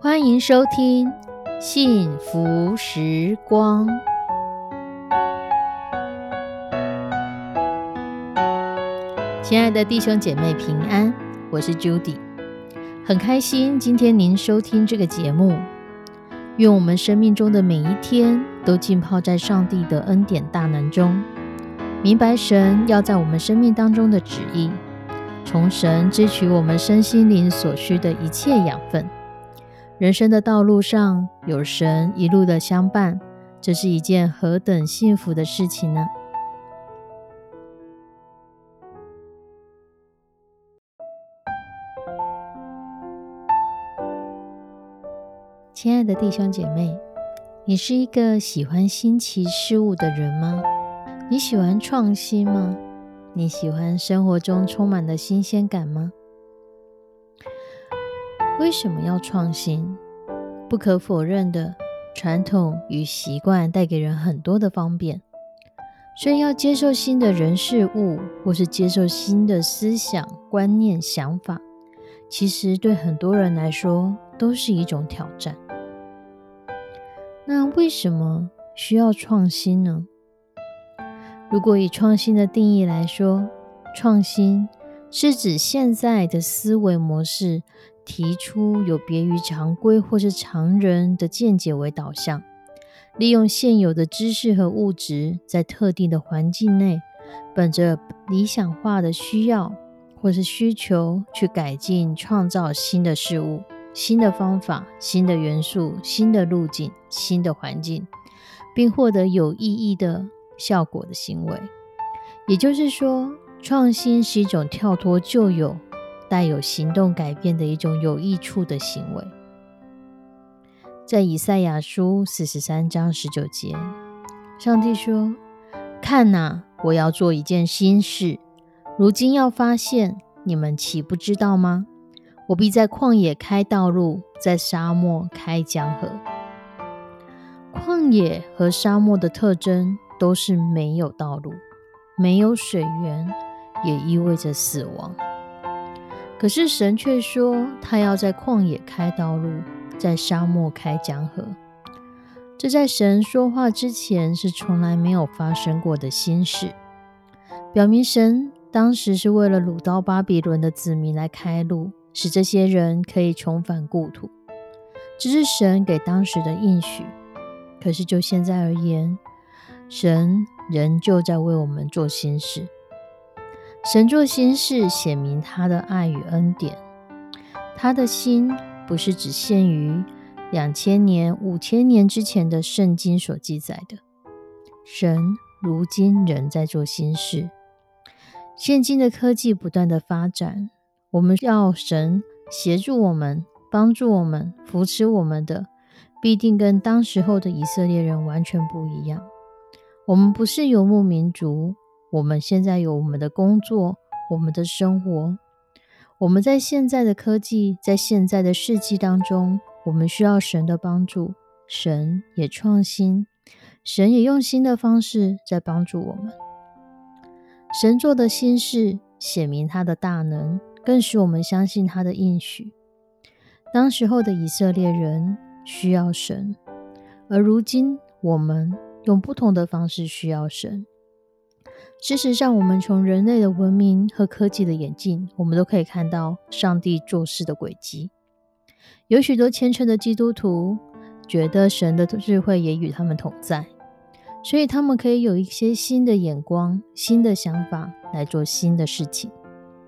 欢迎收听幸福时光。亲爱的弟兄姐妹平安，我是 Judy， 很开心今天您收听这个节目。愿我们生命中的每一天都浸泡在上帝的恩典大能中，明白神要在我们生命当中的旨意，从神支取我们身心灵所需的一切养分。人生的道路上有神一路的相伴，这是一件何等幸福的事情呢？亲爱的弟兄姐妹，你是一个喜欢新奇事物的人吗？你喜欢创新吗？你喜欢生活中充满了新鲜感吗？为什么要创新？不可否认的，传统与习惯带给人很多的方便，所以要接受新的人事物，或是接受新的思想、观念、想法，其实对很多人来说都是一种挑战。那为什么需要创新呢？如果以创新的定义来说，创新是指现在的思维模式提出有别于常规或是常人的见解为导向，利用现有的知识和物质，在特定的环境内，本着理想化的需要或是需求去改进创造新的事物、新的方法、新的元素、新的路径、新的环境，并获得有意义的效果的行为。也就是说，创新是一种跳脱旧有，带有行动改变的一种有益处的行为。在以赛亚书43章19节，上帝说：看哪，我要做一件新事，如今要发现，你们岂不知道吗？我必在旷野开道路，在沙漠开江河。旷野和沙漠的特征都是没有道路，没有水源，也意味着死亡。可是神却说，他要在旷野开道路，在沙漠开江河。这在神说话之前是从来没有发生过的新事，表明神当时是为了掳到巴比伦的子民来开路，使这些人可以重返故土。这是神给当时的应许。可是就现在而言，神仍旧在为我们做新事。神做新事，显明他的爱与恩典。他的心不是只限于2000年、5000年之前的圣经所记载的，神如今仍在做新事。现今的科技不断的发展，我们要神协助我们、帮助我们、扶持我们的，必定跟当时候的以色列人完全不一样。我们不是游牧民族，我们现在有我们的工作，我们的生活。我们在现在的科技，在现在的世纪当中，我们需要神的帮助。神也创新，神也用新的方式在帮助我们。神做的新事显明他的大能，更使我们相信他的应许。当时候的以色列人需要神，而如今我们用不同的方式需要神。事实上，我们从人类的文明和科技的演进，我们都可以看到上帝做事的轨迹。有许多虔诚的基督徒觉得神的智慧也与他们同在，所以他们可以有一些新的眼光、新的想法来做新的事情。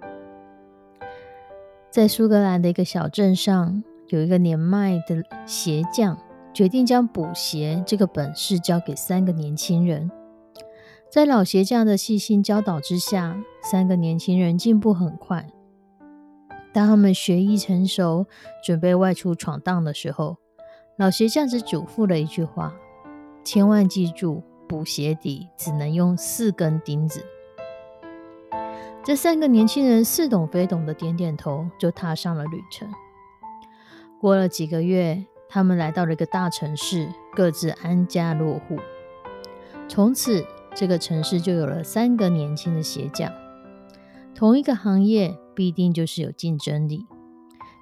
在苏格兰的一个小镇上，有一个年迈的鞋匠，决定将补鞋这个本事交给3个年轻人。在老鞋匠的细心教导之下，3个年轻人进步很快。当他们学艺成熟，准备外出闯荡的时候，老鞋匠只嘱咐了一句话：千万记住，补鞋底只能用4根钉子。这3个年轻人似懂非懂的点点头，就踏上了旅程。过了几个月，他们来到了一个大城市，各自安家落户。从此这个城市就有了3个年轻的鞋匠。同一个行业必定就是有竞争力，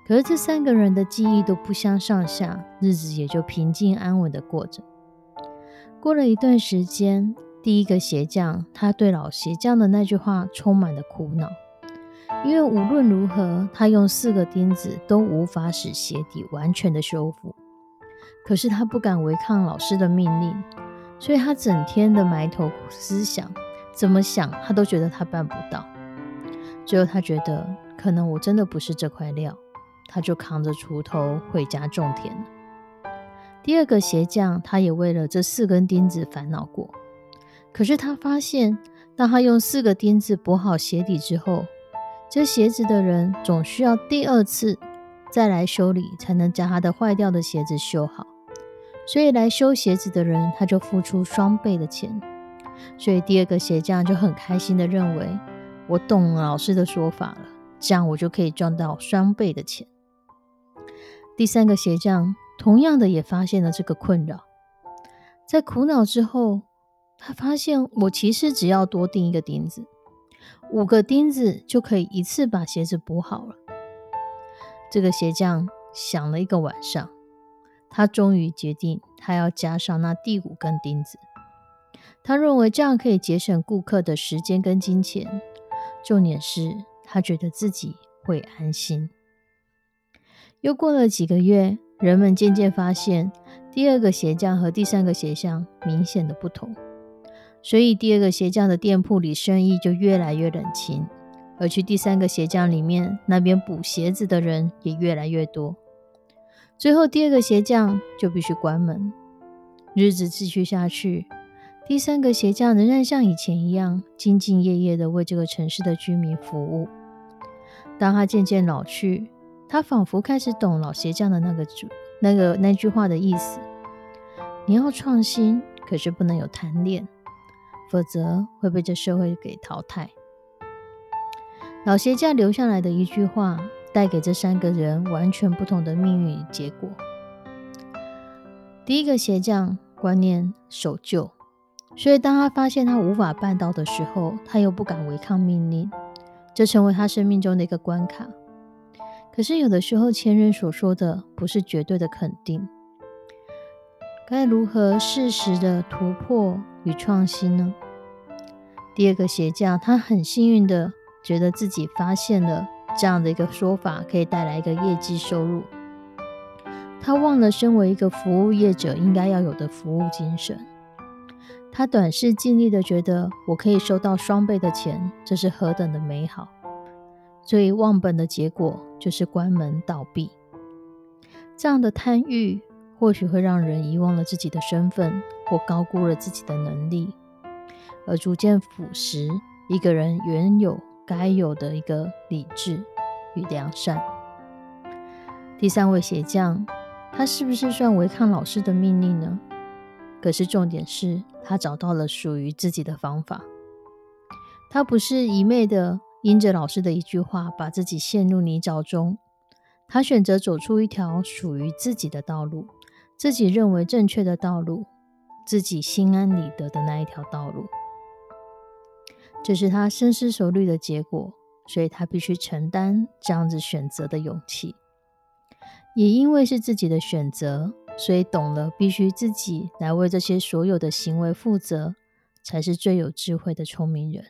可是这3个人的记忆都不相上下，日子也就平静安稳的过着。过了一段时间，第一个鞋匠他对老鞋匠的那句话充满了苦恼，因为无论如何他用4个钉子都无法使鞋底完全的修复。可是他不敢违抗老师的命令，所以他整天的埋头思想，怎么想他都觉得他办不到。最后他觉得可能我真的不是这块料，他就扛着锄头回家种田了。第二个鞋匠他也为了这4根钉子烦恼过，可是他发现当他用4个钉子补好鞋底之后，这鞋子的人总需要第2次再来修理，才能将他的坏掉的鞋子修好。所以来修鞋子的人他就付出双倍的钱。所以第2个鞋匠就很开心的认为，我懂老师的说法了，这样我就可以赚到双倍的钱。第3个鞋匠同样的也发现了这个困扰，在苦恼之后，他发现我其实只要多钉1个钉子，5个钉子就可以一次把鞋子补好了。这个鞋匠想了1个晚上，他终于决定他要加上那第5根钉子。他认为这样可以节省顾客的时间跟金钱，重点是他觉得自己会安心。又过了几个月，人们渐渐发现第2个鞋匠和第3个鞋匠明显的不同，所以第2个鞋匠的店铺里生意就越来越冷清，而去第3个鞋匠里面那边补鞋子的人也越来越多。最后第2个鞋匠就必须关门。日子继续下去，第3个鞋匠仍然像以前一样兢兢业业地为这个城市的居民服务。当他渐渐老去，他仿佛开始懂老鞋匠的那句话的意思，你要创新，可是不能有贪恋，否则会被这社会给淘汰。老鞋匠留下来的一句话，带给这3个人完全不同的命运与结果。第1个鞋匠观念守旧，所以当他发现他无法办到的时候，他又不敢违抗命令，这成为他生命中的一个关卡。可是有的时候前人所说的不是绝对的肯定，该如何适时的突破与创新呢？第2个鞋匠他很幸运的觉得自己发现了这样的一个说法可以带来一个业绩收入，他忘了身为一个服务业者应该要有的服务精神。他短视尽力的觉得我可以收到双倍的钱，这是何等的美好，所以忘本的结果就是关门倒闭。这样的贪欲或许会让人遗忘了自己的身份，或高估了自己的能力，而逐渐腐蚀一个人原有该有的一个理智与良善。第3位鞋匠，他是不是算违抗老师的命令呢？可是重点是他找到了属于自己的方法。他不是一昧的因着老师的一句话把自己陷入泥沼中，他选择走出一条属于自己的道路，自己认为正确的道路，自己心安理得的那一条道路。这是他深思熟虑的结果，所以他必须承担这样子选择的勇气。也因为是自己的选择，所以懂了必须自己来为这些所有的行为负责，才是最有智慧的聪明人。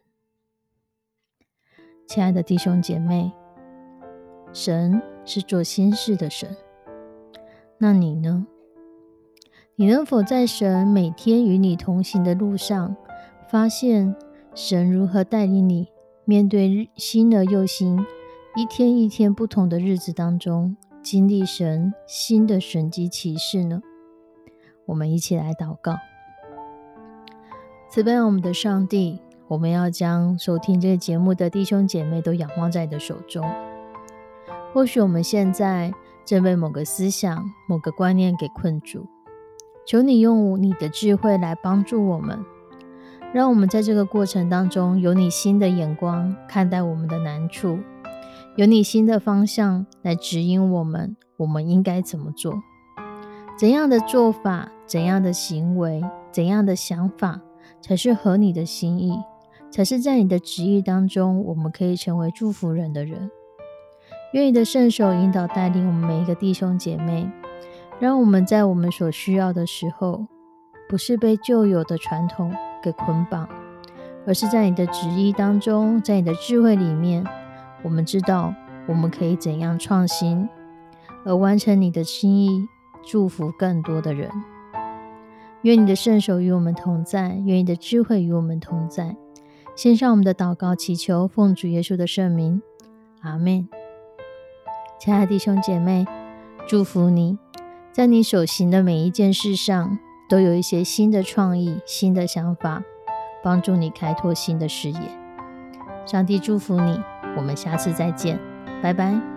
亲爱的弟兄姐妹，神是做新事的神，那你呢？你能否在神每天与你同行的路上，发现神如何带领你面对新而又新、一天一天不同的日子当中，经历神新的神迹奇事呢？我们一起来祷告。慈悲我们的上帝，我们要将收听这个节目的弟兄姐妹都仰望在你的手中。或许我们现在正被某个思想、某个观念给困住，求你用你的智慧来帮助我们，让我们在这个过程当中有你新的眼光看待我们的难处，有你新的方向来指引我们应该怎么做，怎样的做法，怎样的行为，怎样的想法才是合你的心意，才是在你的旨意当中我们可以成为祝福人的人。 愿你的圣手引导带领我们每一个弟兄姐妹，让我们在我们所需要的时候，不是被旧有的传统给捆绑，而是在你的旨意当中，在你的智慧里面，我们知道我们可以怎样创新，而完成你的心意，祝福更多的人。愿你的圣手与我们同在，愿你的智慧与我们同在。献上我们的祷告祈求，奉主耶稣的圣名，阿们。亲爱的弟兄姐妹，祝福你，在你所行的每一件事上，都有一些新的创意、新的想法，帮助你开拓新的视野。上帝祝福你，我们下次再见，拜拜。